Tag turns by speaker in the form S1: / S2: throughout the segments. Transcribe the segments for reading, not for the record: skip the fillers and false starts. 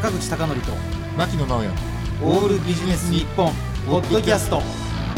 S1: 坂口孝則と
S2: 牧野直哉
S1: オールビジネス日本ポッドキャスト。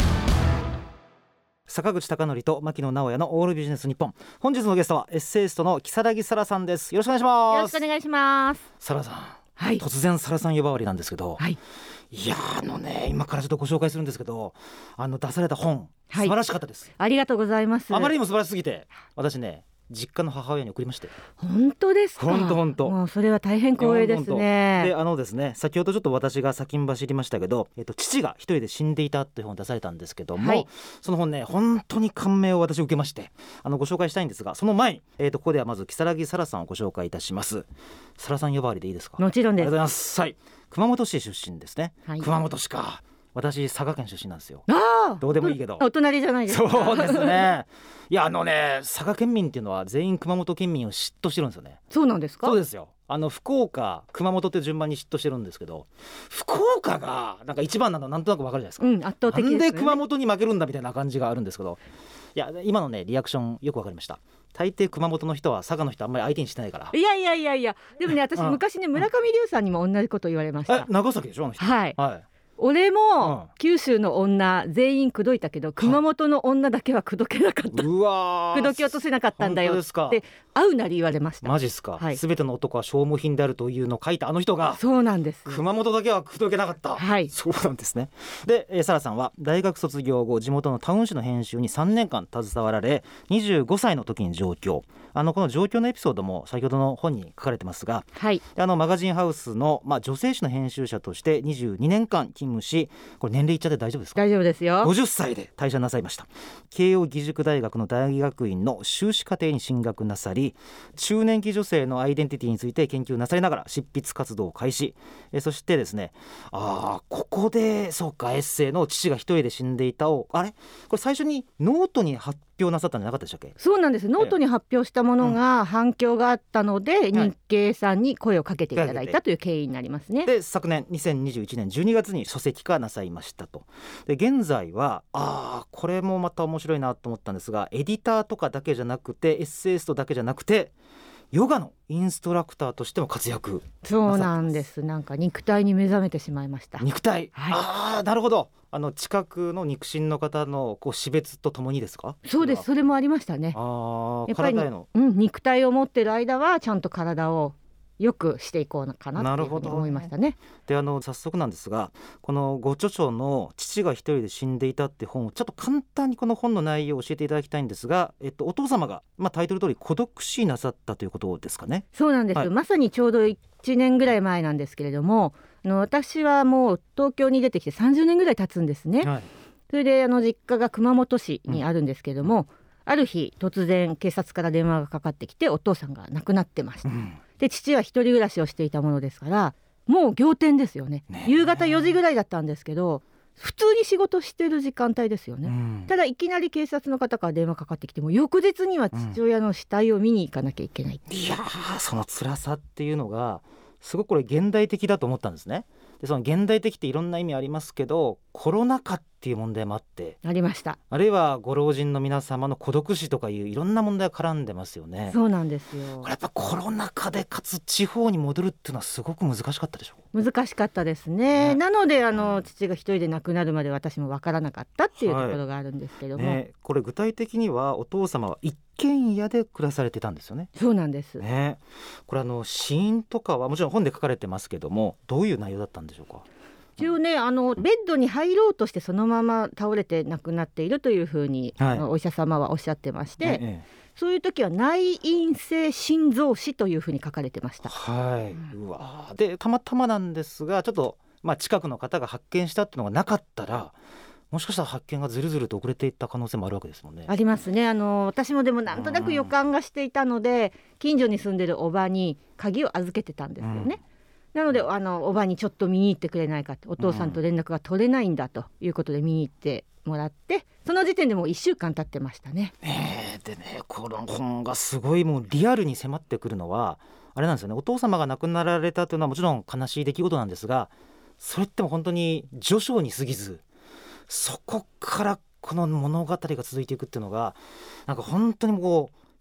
S1: 坂口孝則と牧野直哉のオールビジネス日本。本日のゲストはエッセイストの如月沙羅さんです。よろしくお願いします。
S3: よろしくお願いします。
S1: 沙羅さん、
S3: はい、
S1: 突然沙羅さん呼ばわりなんですけど、
S3: はい、
S1: いや今からちょっとご紹介するんですけど、出された本、素晴らしかったです。
S3: ありがとうございます。
S1: あまりにも素晴らしすぎて、私ね実家の母親に送りまして。
S3: 本当ですか？
S1: 本当
S3: もうそれは大変光栄ですね。
S1: でですね、先ほどちょっと私が先ん走りましたけど、父が一人で死んでいたという本を出されたんですけども、はい、その本ね本当に感銘を私受けまして、ご紹介したいんですが、その前に、ここではまず如月沙羅さんをご紹介いたします。沙羅さん呼ばわりでいいですか？
S3: もちろんです。
S1: ありがとうございます。はい、熊本市出身ですね、
S3: はい、
S1: 熊本市か。私佐賀県出身なんですよ。どうでもいいけど
S3: お隣じゃないですか。
S1: そうですねいや佐賀県民っていうのは全員熊本県民を嫉妬してるんですよね。
S3: そうなんですか？
S1: そうですよ。福岡熊本って順番に嫉妬してるんですけど、福岡がなんか一番なのなんとなくわかるじゃないですか、
S3: 圧倒的ですね。
S1: なんで熊本に負けるんだみたいな感じがあるんですけど、いや今のねリアクションよくわかりました。大抵熊本の人は佐賀の人あんまり相手にしてないから。
S3: いやでもね、私昔ね村上龍さんにも同じこと言われました。
S1: 長崎でしょあの人。
S3: はい、俺も九州の女全員口説いたけど、熊本の女だけは口説けなかった。
S1: うわ、
S3: 口説き落とせなかったんだよって会うなり言われました。
S1: マジっすか？
S3: はい、
S1: 全ての男は消耗品であるというのを書いたあの人が。
S3: そうなんです。
S1: 熊本だけは口説けなかった。
S3: はい、
S1: そうなんですね。で、沙羅さんは大学卒業後地元のタウン誌の編集に3年間携わられ、25歳の時に上京。この上京のエピソードも先ほどの本に書かれてますが、
S3: はい、
S1: マガジンハウスの、女性誌の編集者として22年間勤務し、これ年齢言っちゃって大丈夫ですか？
S3: 大丈夫ですよ。
S1: 50歳で退社なさいました。慶応義塾大学の大学院の修士課程に進学なさり、中年期女性のアイデンティティについて研究なさりながら執筆活動を開始。そしてですね、ここでそうかエッセイの父が一人で死んでいたをこれ最初にノートに発表なさったんじゃなかったでしたっけ？
S3: そうなんです。ノートに発表したものが反響があったので、日経さんに声をかけていただいたという経緯になりますね。
S1: で昨年2021年12月に書籍化なさいましたと。で現在はこれもまた面白いなと思ったんですが、エディターとかだけじゃなくてエッセイストだけじゃなくてヨガのインストラクターとしても活躍。
S3: そうなんです。なんか肉体に目覚めてしまいました。
S1: 肉体、
S3: はい、
S1: なるほど。近くの肉親の方の死別とともにですか？
S3: そうです。それもありましたね。やっぱり、
S1: 体への、
S3: 肉体を持ってる間はちゃんと体をよくしていこうかなっていうふうに思いましたね。
S1: で早速なんですが、このご著書の父が一人で死んでいたって本をちょっと簡単にこの本の内容を教えていただきたいんですが、お父様が、タイトル通り孤独死なさったということですかね？
S3: そうなんです、はい、まさにちょうど1年ぐらい前なんですけれども、私はもう東京に出てきて30年ぐらい経つんですね、はい、それで実家が熊本市にあるんですけれども、ある日突然警察から電話がかかってきて、お父さんが亡くなってました、で父は一人暮らしをしていたものですから、もう仰天ですよね。夕方4時ぐらいだったんですけど、普通に仕事してる時間帯ですよね、ただいきなり警察の方から電話かかってきても、翌日には父親の死体を見に行かなきゃいけないっていう、
S1: いやその辛さっていうのがすごくこれ現代的だと思ったんですね。でその現代的っていろんな意味ありますけど、コロナ禍っていう問題もあって
S3: ありました。
S1: あるいはご老人の皆様の孤独死とかいういろんな問題が絡んでますよね。
S3: そうなんですよ。
S1: これやっぱコロナ禍でかつ地方に戻るっていうのはすごく難しかったでしょう？
S3: 難しかったですね。なので父が一人で亡くなるまで私も分からなかったっていうところがあるんですけども、
S1: これ具体的にはお父様は一軒家で暮らされてたんですよね？
S3: そうなんです、
S1: これ死因とかはもちろん本で書かれてますけども、どういう内容だったんでしょうか？
S3: 一応ね、ベッドに入ろうとしてそのまま倒れて亡くなっているというふうに、お医者様はおっしゃってまして、そういう時は内因性心臓死というふうに書かれてました。
S1: うわでたまたまなんですが、ちょっと、近くの方が発見したっていうのがなかったら、もしかしたら発見がずるずると遅れていった可能性もあるわけですもんね。
S3: ありますね。私もでもなんとなく予感がしていたので、近所に住んでるおばに鍵を預けてたんですよね、なのでおばにちょっと見に行ってくれないかって、お父さんと連絡が取れないんだということで見に行ってもらって、その時点でもう1週間経ってましたね。
S1: でね、この本がすごいもうリアルに迫ってくるのはあれなんですよね。お父様が亡くなられたというのはもちろん悲しい出来事なんですが、それっても本当に序章に過ぎず、そこからこの物語が続いていくっていうのがなんか本当に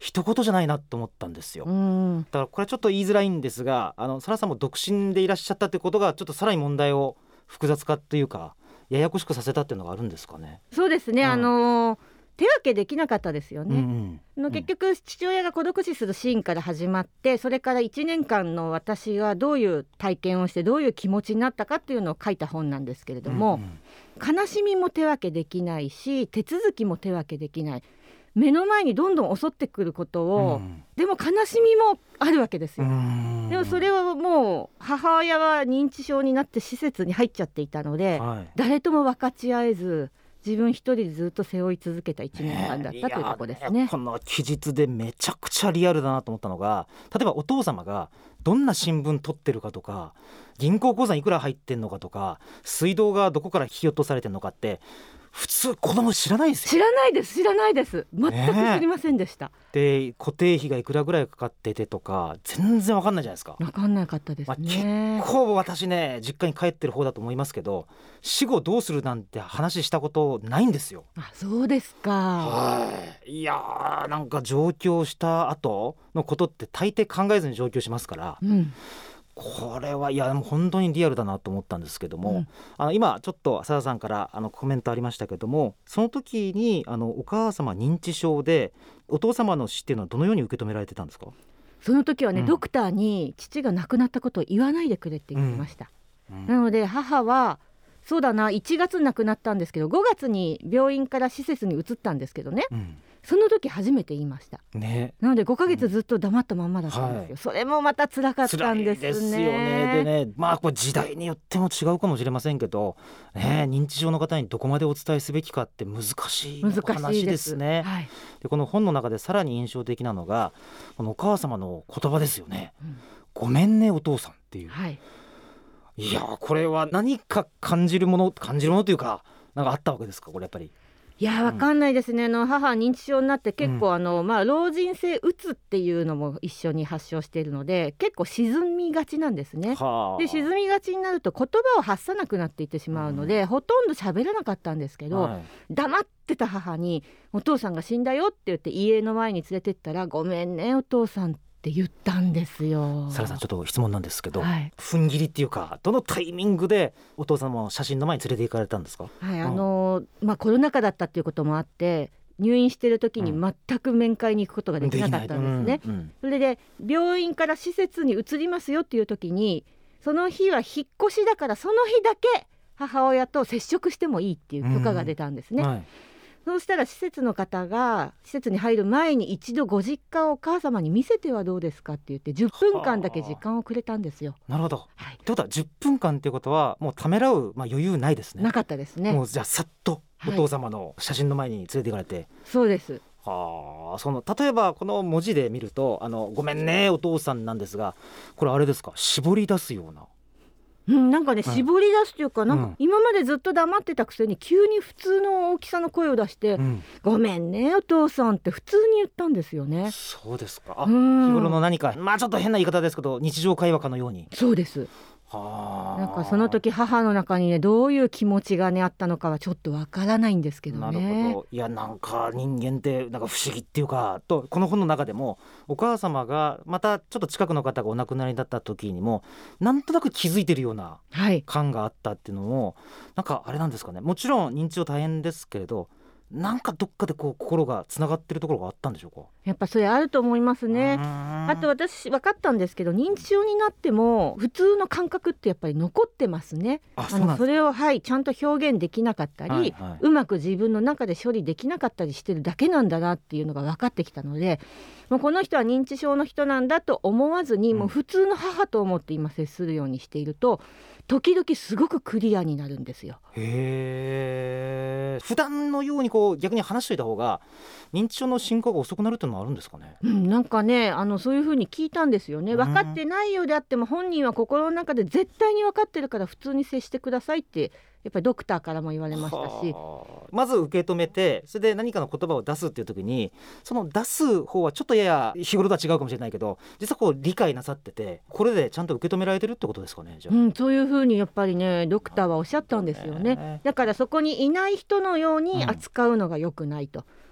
S1: 一言じゃないなと思ったんですよ。だ
S3: ん
S1: からこれはちょっと言いづらいんですが、サラさんも独身でいらっしゃったってことがちょっとさらに問題を複雑化というかややこしくさせたっていうのがあるんですかね。
S3: そうですね、手分けできなかったですよね、結局父親が孤独死するシーンから始まって、それから1年間の私がどういう体験をしてどういう気持ちになったかっていうのを書いた本なんですけれども、悲しみも手分けできないし手続きも手分けできない、目の前にどんどん襲ってくることを、でも悲しみもあるわけですよ。でもそれはもう母親は認知症になって施設に入っちゃっていたので、誰とも分かち合えず自分一人でずっと背負い続けた1年間だったというところですね。
S1: この記述でめちゃくちゃリアルだなと思ったのが、例えばお父様がどんな新聞取ってるかとか、銀行口座にいくら入ってんのかとか、水道がどこから引き落とされてんのかって普通子供知らないですよ。
S3: 知らないです全く知りませんでした、
S1: で固定費がいくらぐらいかかっててとか全然わかんないじゃないですか。
S3: わかんなかったですね、
S1: 結構私ね実家に帰ってる方だと思いますけど、死後どうするなんて話したことないんですよ。
S3: そうですか。
S1: いやー、なんか上京した後のことって大抵考えずに上京しますから、これはいやもう本当にリアルだなと思ったんですけども、今ちょっと浅田さんからコメントありましたけども、その時にお母様認知症でお父様の死っていうのはどのように受け止められてたんですか？
S3: その時はね、ドクターに父が亡くなったことを言わないでくれって言ってました、なので母はそうだな1月に亡くなったんですけど5月に病院から施設に移ったんですけどね、その時初めて言いました、なので5ヶ月ずっと黙ったまんまだったんですよ、それもまた辛かったんですね。
S1: 辛いですよね。でね、これ時代によっても違うかもしれませんけど、認知症の方にどこまでお伝えすべきかって難しい話ですね。でこの本の中でさらに印象的なのがこのお母様の言葉ですよね、ごめんねお父さんっていう、いやこれは何か感じるものというかなんかあったわけですか？これやっぱり
S3: いやわかんないですね、母は認知症になって結構、老人性うつっていうのも一緒に発症しているので結構沈みがちなんですね。で沈みがちになると言葉を発さなくなっていってしまうので、ほとんど喋らなかったんですけど、黙ってた母にお父さんが死んだよって言って家の前に連れてったら、ごめんねお父さんって言ったんですよ。
S1: サラさんちょっと質問なんですけど、踏ん切りっていうかどのタイミングでお父様の写真の前に連れて行かれたんですか？
S3: コロナ禍だったっていうこともあって入院してる時に全く面会に行くことができなかったんですね、それで病院から施設に移りますよっていう時に、その日は引っ越しだからその日だけ母親と接触してもいいっていう許可が出たんですね、そうしたら施設の方が施設に入る前に一度ご実家をお母様に見せてはどうですかって言って10分間だけ時間をくれたんですよ。
S1: なるほど、ってことは10分間っていうことはもうためらう、余裕ないですね。
S3: なかったですね。
S1: もうじゃあさっとお父様の写真の前に連れて行かれて、
S3: そうです。
S1: 例えばこの文字で見るとごめんねお父さんなんですが、これあれですか、絞り出すような
S3: なんかね、絞り出すというか、なんか今までずっと黙ってたくせに急に普通の大きさの声を出して、ごめんねお父さんって普通に言ったんですよね。
S1: そうですか。日頃の何かちょっと変な言い方ですけど日常会話かのように。
S3: そうです。なんかその時母の中にねどういう気持ちがねあったのかはちょっとわからないんですけどね。
S1: なるほど。いやなんか人間ってなんか不思議っていうかと、この本の中でもお母様がまたちょっと近くの方がお亡くなりだった時にもなんとなく気づいてるような感があったっていうのも、なんかあれなんですかね。もちろん認知症大変ですけれど、なんかどっかで心がつながってるところがあったんでしょうか？や
S3: っぱそれあると思いますね。あと私分かったんですけど、認知症になっても普通の感覚ってやっぱり残ってますね。それを、ちゃんと表現できなかったり、うまく自分の中で処理できなかったりしてるだけなんだなっていうのが分かってきたので、もうこの人は認知症の人なんだと思わずに、もう普通の母と思って今接するようにしていると時々すごくクリアになるんですよ。
S1: 普段のように逆に話しておいた方が認知症の進行が遅くなるっていうのもあるんですかね？
S3: なんかねそういうふうに聞いたんですよね。分かってないようであっても本人は心の中で絶対に分かってるから普通に接してくださいってやっぱりドクターからも言われましたし、
S1: まず受け止めて、それで何かの言葉を出すっていう時にその出す方はちょっとやや日頃とは違うかもしれないけど、実は理解なさっててこれでちゃんと受け止められてるってことですかね？じゃあ、
S3: そういうふうにやっぱりねドクターはおっしゃったんですよね。だからそこにいない人のように扱うのが良くないと。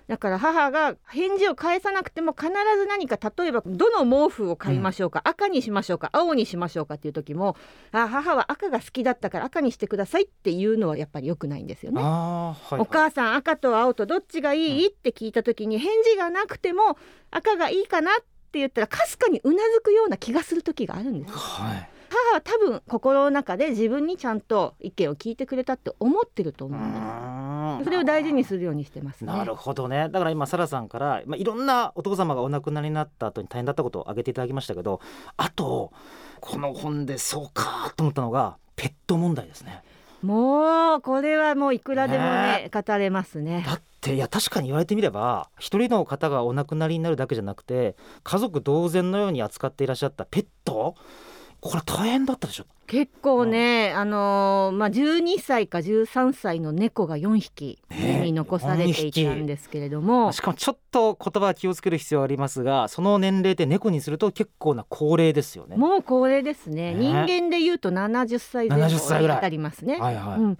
S3: だから母が返事を返さなくても必ず何か、例えばどの毛布を買いましょうか、赤にしましょうか青にしましょうかっていう時も、母は赤が好きだったから赤にしてくださいっていうのはやっぱり良くないんですよね。
S1: はいはい、
S3: お母さん赤と青とどっちがいい、って聞いた時に返事がなくても赤がいいかなって言ったらかすかにうなずくような気がする時があるんです、
S1: はい、
S3: 母は多分心の中で自分にちゃんと意見を聞いてくれたって思ってると思うんです。それを大事にするようにしてますね。
S1: なるほどね。だから今サラさんから、いろんなお父様がお亡くなりになった後に大変だったことを挙げていただきましたけど、あとこの本でそうかと思ったのがペット問題ですね。
S3: もうこれはもういくらでもね、語れますね。
S1: だって確かに言われてみれば一人の方がお亡くなりになるだけじゃなくて家族同然のように扱っていらっしゃったペット、これ大変だったでしょ。
S3: 結構ね、12歳か13歳の猫が4匹家に残されていたんですけれども、
S1: しかもちょっと言葉は気をつける必要はありますが、その年齢で猫にすると結構な高齢ですよね。
S3: もう高齢ですね。人間でいうと70歳前後に当たりますね。
S1: はいはい、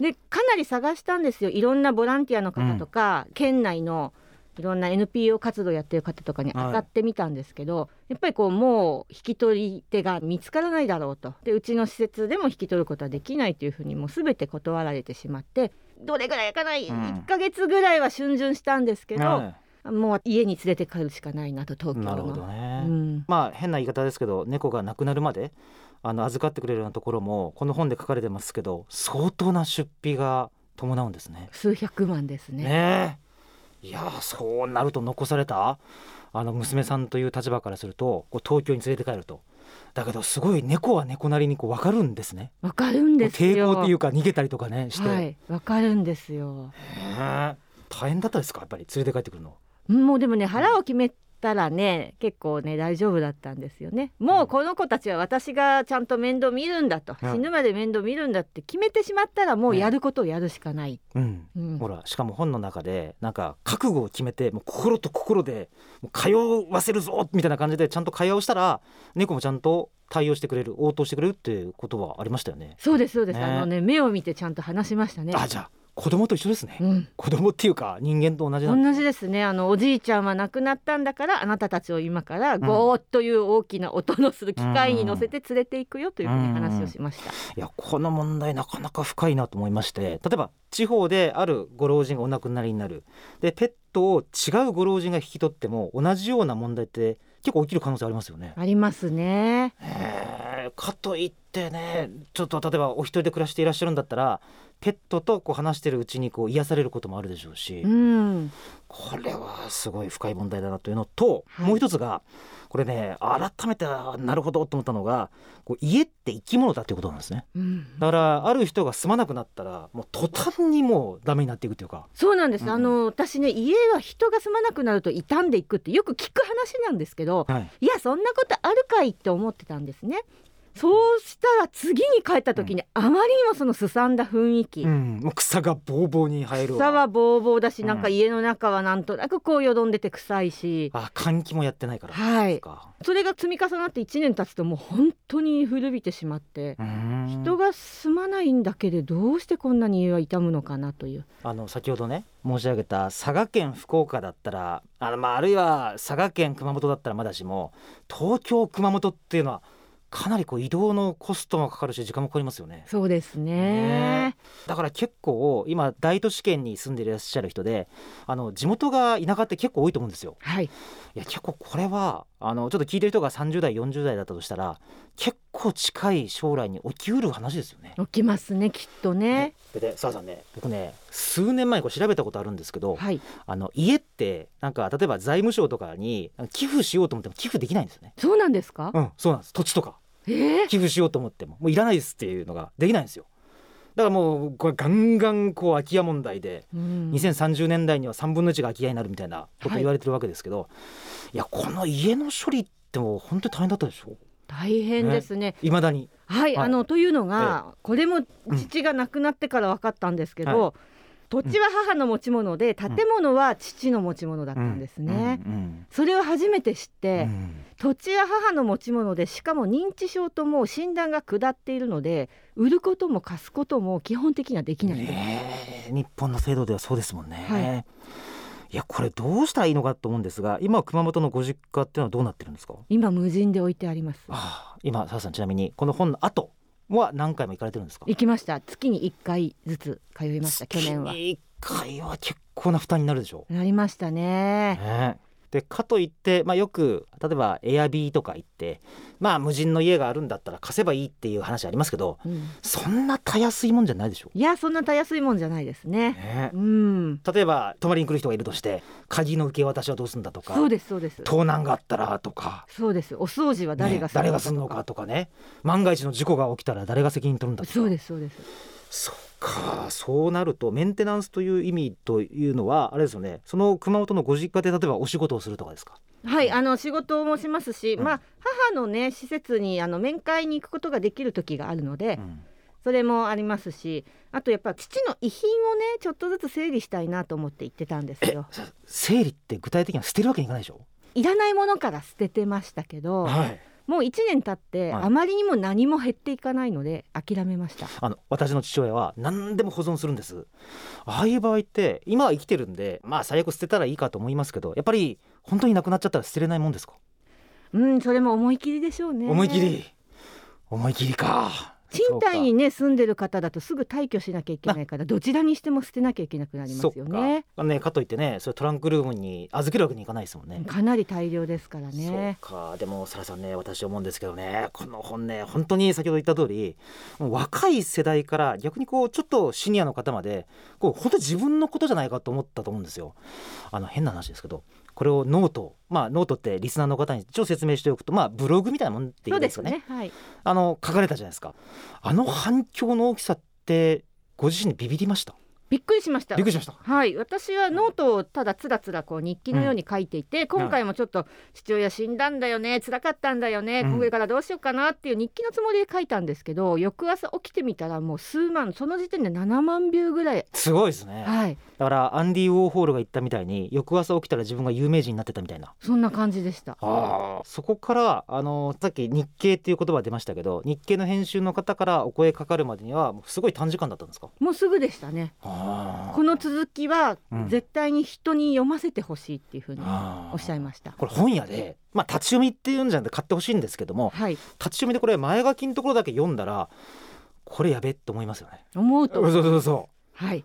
S3: でかなり探したんですよ。いろんなボランティアの方とか、県内のいろんな NPO 活動やってる方とかに当たってみたんですけど、やっぱりもう引き取り手が見つからないだろうと。でうちの施設でも引き取ることはできないというふうにもう全て断られてしまって、どれぐらいかな、1ヶ月ぐらいは逡巡したんですけど、もう家に連れて帰るしかないなと、東京の。
S1: なるほどね、変な言い方ですけど猫が亡くなるまで預かってくれるようなところもこの本で書かれてますけど相当な出費が伴うんですね。
S3: 数百万ですね。
S1: いやそうなると残された娘さんという立場からすると東京に連れて帰ると。だけどすごい猫は猫なりに分かるんですね。
S3: 分かるんですよ。
S1: 抵抗っていうか逃げたりとかねして、
S3: 分かるんですよ。
S1: 大変だったですか、やっぱり連れて帰ってくるの。
S3: もうでもね、腹を決めたらね、結構ね大丈夫だったんですよね。もうこの子たちは私がちゃんと面倒見るんだと、死ぬまで面倒見るんだって決めてしまったらもうやることをやるしかない、
S1: ほらしかも本の中でなんか覚悟を決めてもう心と心でもう通わせるぞみたいな感じでちゃんと会話をしたら猫もちゃんと対応してくれる、応答してくれるっていうことはありましたよね。
S3: そうですそうです、目を見てちゃんと話しましたね。
S1: じゃあ子供と一緒ですね、子供っていうか人間と同じなんです。
S3: 同じですね。おじいちゃんは亡くなったんだからあなたたちを今からゴーッという大きな音のする機械に乗せて連れていくよというふうに話をしました。
S1: いやこの問題なかなか深いなと思いまして、例えば地方であるご老人がお亡くなりになる、でペットを違うご老人が引き取っても同じような問題って結構起きる可能性ありますよね。
S3: ありますね。
S1: かといってね、ちょっと例えばお一人で暮らしていらっしゃるんだったらペットと話してるうちに癒されることもあるでしょうし、これはすごい深い問題だなというのと、もう一つがこれね改めてなるほどと思ったのが家って生き物だっていうことなんですね、だからある人が住まなくなったらもう途端にもうダメになっていくというか。
S3: そうなんです、私ね家は人が住まなくなると傷んでいくってよく聞く話なんですけど、いやそんなことあるかいって思ってたんですね。そうしたら次に帰った時にあまりにもそのすさんだ雰囲気、
S1: もう草がボーボーに生えるわ。
S3: 草はボーボーだし、なんか家の中はなんとなくよどんでて臭いし、
S1: 換気もやってないから、
S3: それが積み重なって1年経つともう本当に古びてしまって、人が住まないんだけでどうしてこんなに家は傷むのかなという。
S1: 先ほどね申し上げた佐賀県福岡だったらあるいは佐賀県熊本だったらまだしも東京熊本っていうのはかなり移動のコストもかかるし時間もかかりますよね。
S3: そうですね。
S1: だから結構今大都市圏に住んでいらっしゃる人で地元が田舎って結構多いと思うんですよ。いや結構これはちょっと聞いてる人が30代40代だったとしたら結構近い将来に起きうる話ですよね。
S3: 起きますねきっとね。
S1: で澤さんね、僕ね数年前に調べたことあるんですけど、家ってなんか例えば財務省とかに寄付しようと思っても寄付できないんですよね。
S3: そうなんですか？
S1: そうなんです。土地とか寄付しようと思ってももういらないですっていうのができないんですよ。だからもうこれガンガン空き家問題で、2030年代には3分の1が空き家になるみたいなこと言われてるわけですけど、いやこの家の処理ってもう本当に大変だったでしょ。
S3: 大変ですね。
S1: 未だに。
S3: というのが、これも父が亡くなってから分かったんですけど、土地は母の持ち物で建物は父の持ち物だったんですね、それを初めて知って、土地は母の持ち物でしかも認知症ともう診断が下っているので売ることも貸すことも基本的にはできないんです、
S1: 日本の制度ではそうですもんね、 いやこれどうしたらいいのかと思うんですが、今熊本のご実家っていうのはどうなってるんですか？
S3: 今無人で置いてあります。
S1: 今澤さん、ちなみにこの本の後は何回も行かれてるんですか？
S3: 行きました。月に1回ずつ通いました。去年は
S1: 月に1回は結構な負担になるでしょ
S3: なりましたね。
S1: でかといって、よく例えばエアビーとか行って、無人の家があるんだったら貸せばいいっていう話ありますけど、そんなたやすいもんじゃないでしょ。
S3: いやそんなたやすいもんじゃないですね。
S1: 例えば泊まりに来る人がいるとして鍵の受け渡しはどうするんだとか、
S3: そうですそうです。
S1: 盗難があったらとか、
S3: そうです。お掃除は誰が
S1: するのかとかね、万が一の事故が起きたら誰が責任取るんだとか。
S3: そうですそうです。
S1: そうか、そうなるとメンテナンスという意味というのはあれですよね。その熊本のご実家で例えばお仕事をするとかですか？
S3: はい、仕事もしますし、母のね施設に面会に行くことができる時があるので、それもありますし、あとやっぱ父の遺品をねちょっとずつ整理したいなと思って行ってたんですよ。
S1: 整理って具体的には捨てるわけにいかないでしょ？
S3: いらないものから捨ててましたけど、もう1年経ってあまりにも何も減っていかないので諦めました。
S1: 私の父親は何でも保存するんです。ああいう場合って今は生きてるんで、最悪捨てたらいいかと思いますけど、やっぱり本当になくなっちゃったら捨てれないもんですか？
S3: それも思い切りでしょうね。
S1: 思い切りか。
S3: 賃貸にね住んでる方だとすぐ退去しなきゃいけないから、どちらにしても捨てなきゃいけなくなりますよね。
S1: かといってね、それトランクルームに預けるわけにいかないですもんね。
S3: かなり大量ですからね。
S1: そうか。でもサラさんね、私思うんですけどね、この本ね本当に先ほど言った通り、もう若い世代から逆にちょっとシニアの方まで本当に自分のことじゃないかと思ったと思うんですよ。変な話ですけど、これをノートってリスナーの方に一応説明しておくと、ブログみたいなもんっていうんですかね。
S3: はい、
S1: 書かれたじゃないですか。反響の大きさってご自身でビビりました？
S3: びっくりしました。はい、私はノートをただつらつら日記のように書いていて、今回もちょっと父親死んだんだよね、辛かったんだよね、今回からどうしようかなっていう日記のつもりで書いたんですけど、翌朝起きてみたらもう数万、その時点で7万ビューぐらい。す
S1: ごいですね。だからアンディ・ウォーホールが言ったみたいに、翌朝起きたら自分が有名人になってたみたいな、
S3: そんな感じでした。
S1: そこからさっき日経っていう言葉出ましたけど、日経の編集の方からお声かかるまでにはすごい短時間だったんですか？
S3: もうすぐでしたね。この続きは絶対に人に読ませてほしいっていうふうにおっしゃいました。
S1: これ本屋で、立ち読みっていうんじゃなくて買ってほしいんですけども、立ち読みでこれ前書きのところだけ読んだらこれやべって思いますよね。
S3: 思うと。
S1: そう、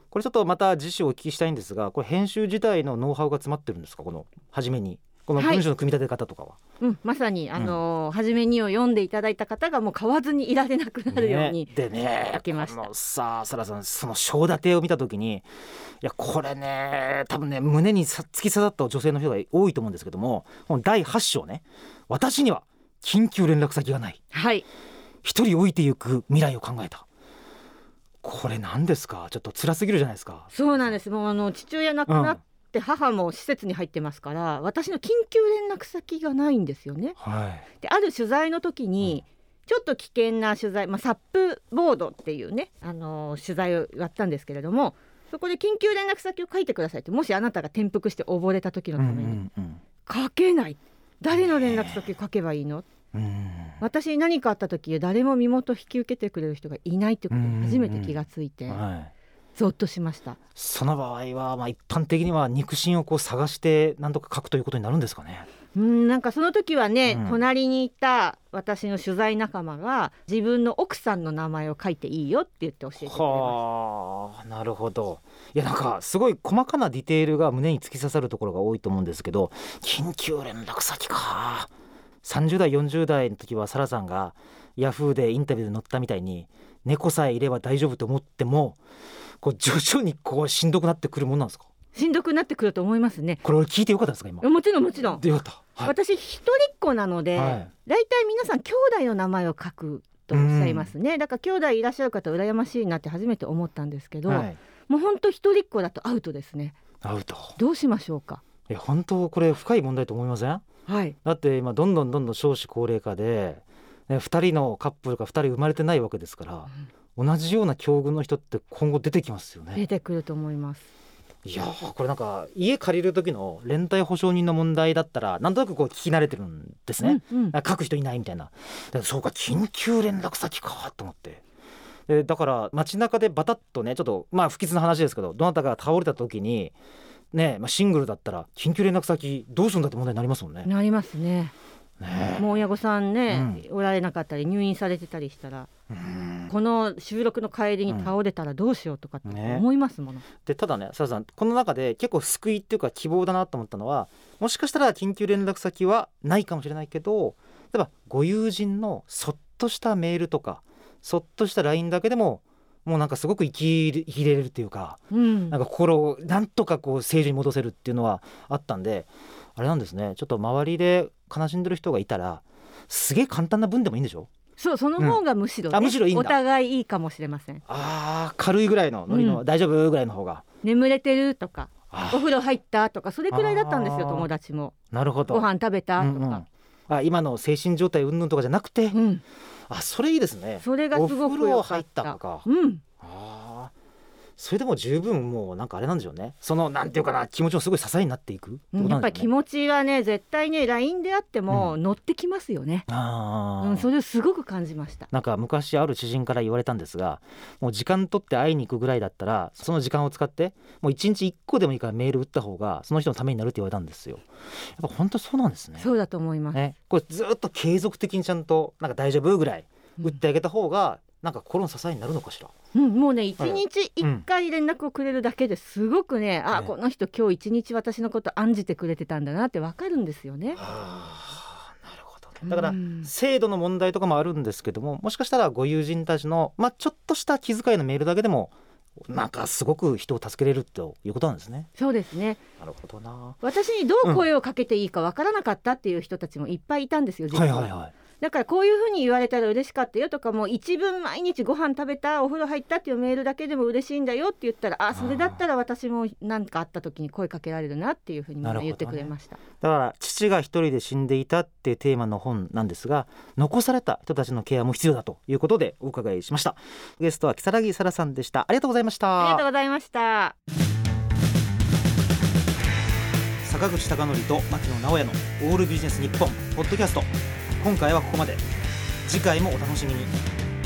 S1: これちょっとまた次週お聞きしたいんですが、これ編集自体のノウハウが詰まってるんですか？この初めにこの文章の組み立て方とかは。
S3: まさに初めにを読んでいただいた方がもう買わずにいられなくなるように書きました。
S1: さあサラさん、その章立てを見た時に、いやこれね多分ね胸に突き刺さった女性の人が多いと思うんですけども、この第8章ね、私には緊急連絡先がない、一人置いてゆく未来を考えた。これ何ですか？ちょっと辛すぎるじゃないですか。
S3: そうなんです。もう父親亡くなって母も施設に入ってますから、私の緊急連絡先がないんですよね。である取材の時に、ちょっと危険な取材、サップボードっていうね取材をやったんですけれども、そこで緊急連絡先を書いてくださいって、もしあなたが転覆して溺れた時のために、書けない。誰の連絡先を書けばいいの？私に何かあった時誰も身元を引き受けてくれる人がいないってことに初めて気がついて、ゾッとしました。
S1: その場合は、一般的には肉親を探して何とか書くということになるんですかね。
S3: なんかその時はね、隣にいた私の取材仲間が自分の奥さんの名前を書いていいよって言って教えてくれました。
S1: なるほど。いやなんかすごい細かなディテールが胸に突き刺さるところが多いと思うんですけど、緊急連絡先か。30代40代の時はサラさんがヤフーでインタビューで載ったみたいに、猫さえいれば大丈夫と思っても徐々にしんどくなってくるものなんですか？
S3: しんどくなってくると思いますね。
S1: これ聞いてよかったですか？今
S3: もちろんよかった、私一人っ子なので、だいたい皆さん兄弟の名前を書くとおっしゃいますね。だから兄弟いらっしゃる方羨ましいなって初めて思ったんですけど、もう本当一人っ子だとアウトですね。どうしましょうか？
S1: 本当これ深い問題と思いません？だって今どんどん少子高齢化で、2人のカップルが2人生まれてないわけですから、同じような境遇の人って今後出てきますよね。
S3: 出てくると思います。
S1: いやこれなんか家借りる時の連帯保証人の問題だったらなんとなく聞き慣れてるんですね、書く人いないみたいな。そうか、緊急連絡先かと思って、だから街中でバタッとね、ちょっと不吉な話ですけど、どなたかが倒れた時にね、シングルだったら緊急連絡先どうするんだって問題になりますもんね。
S3: なりますね。もう親御さんね、おられなかったり入院されてたりしたら、この収録の帰りに倒れたらどうしようとかって思いますもの、
S1: でただね、サラさん、この中で結構救いっていうか希望だなと思ったのは、もしかしたら緊急連絡先はないかもしれないけど、例えばご友人のそっとしたメールとかそっとした LINE だけでももうなんかすごく生きれるっていうか、なんか心をなんとかこう正常に戻せるっていうのはあったんで、あれなんですね、ちょっと周りで悲しんでる人がいたらすげえ簡単な文でもいいんでしょ。
S3: そう、その方がむしろ、ね、
S1: むしろいいんだ。
S3: お互いいいかもしれません。
S1: 軽いぐらいのノリの、大丈夫ぐらいの方が、
S3: 眠れてるとかお風呂入ったとかそれくらいだったんですよ、友達も。
S1: なるほど。
S3: ご飯食べたとか、
S1: 今の精神状態うんぬんとかじゃなくて、それいいですね。
S3: それがすごく良かった。お風呂
S1: 入ったとか、それでも十分もうなんかあれなんでしょうね、そのなんていうかな、気持ちもすごい支えになっていくってことなんですね。
S3: やっぱり気持ちはね、絶対ね LINE であっても乗ってきますよね。それをすごく感じました。
S1: なんか昔ある知人から言われたんですが、もう時間取って会いに行くぐらいだったらその時間を使ってもう1日1個でもいいからメール打った方がその人のためになるって言われたんですよ。やっぱ本当そうなんですね。
S3: そうだと思います、
S1: これずっと継続的にちゃんとなんか大丈夫ぐらい打ってあげた方が、なんか心の支えになるのかしら。
S3: もうね、1日1回連絡をくれるだけですごくね、この人今日1日私のこと案じてくれてたんだなって分かるんですよね。
S1: なるほどね。だから制度の問題とかもあるんですけども、もしかしたらご友人たちの、ちょっとした気遣いのメールだけでもなんかすごく人を助けれるということなんですね。
S3: そうですね。
S1: なるほどな。
S3: 私にどう声をかけていいか分からなかったっていう人たちもいっぱいいたんですよ、実は。だからこういうふうに言われたら嬉しかったよとか、もう一文毎日ご飯食べた、お風呂入ったっていうメールだけでも嬉しいんだよって言ったら、それだったら私も何かあった時に声かけられるなっていうふうにみんな言ってくれました。
S1: だから父が一人で死んでいたっていうテーマの本なんですが、残された人たちのケアも必要だということでお伺いしました。ゲストは如月沙羅さんでした。ありがとうございました。
S3: ありがとうございました。
S1: 坂口孝則と牧野直哉のオールビジネス日本ポッドキャスト、今回はここまで。次回もお楽しみに。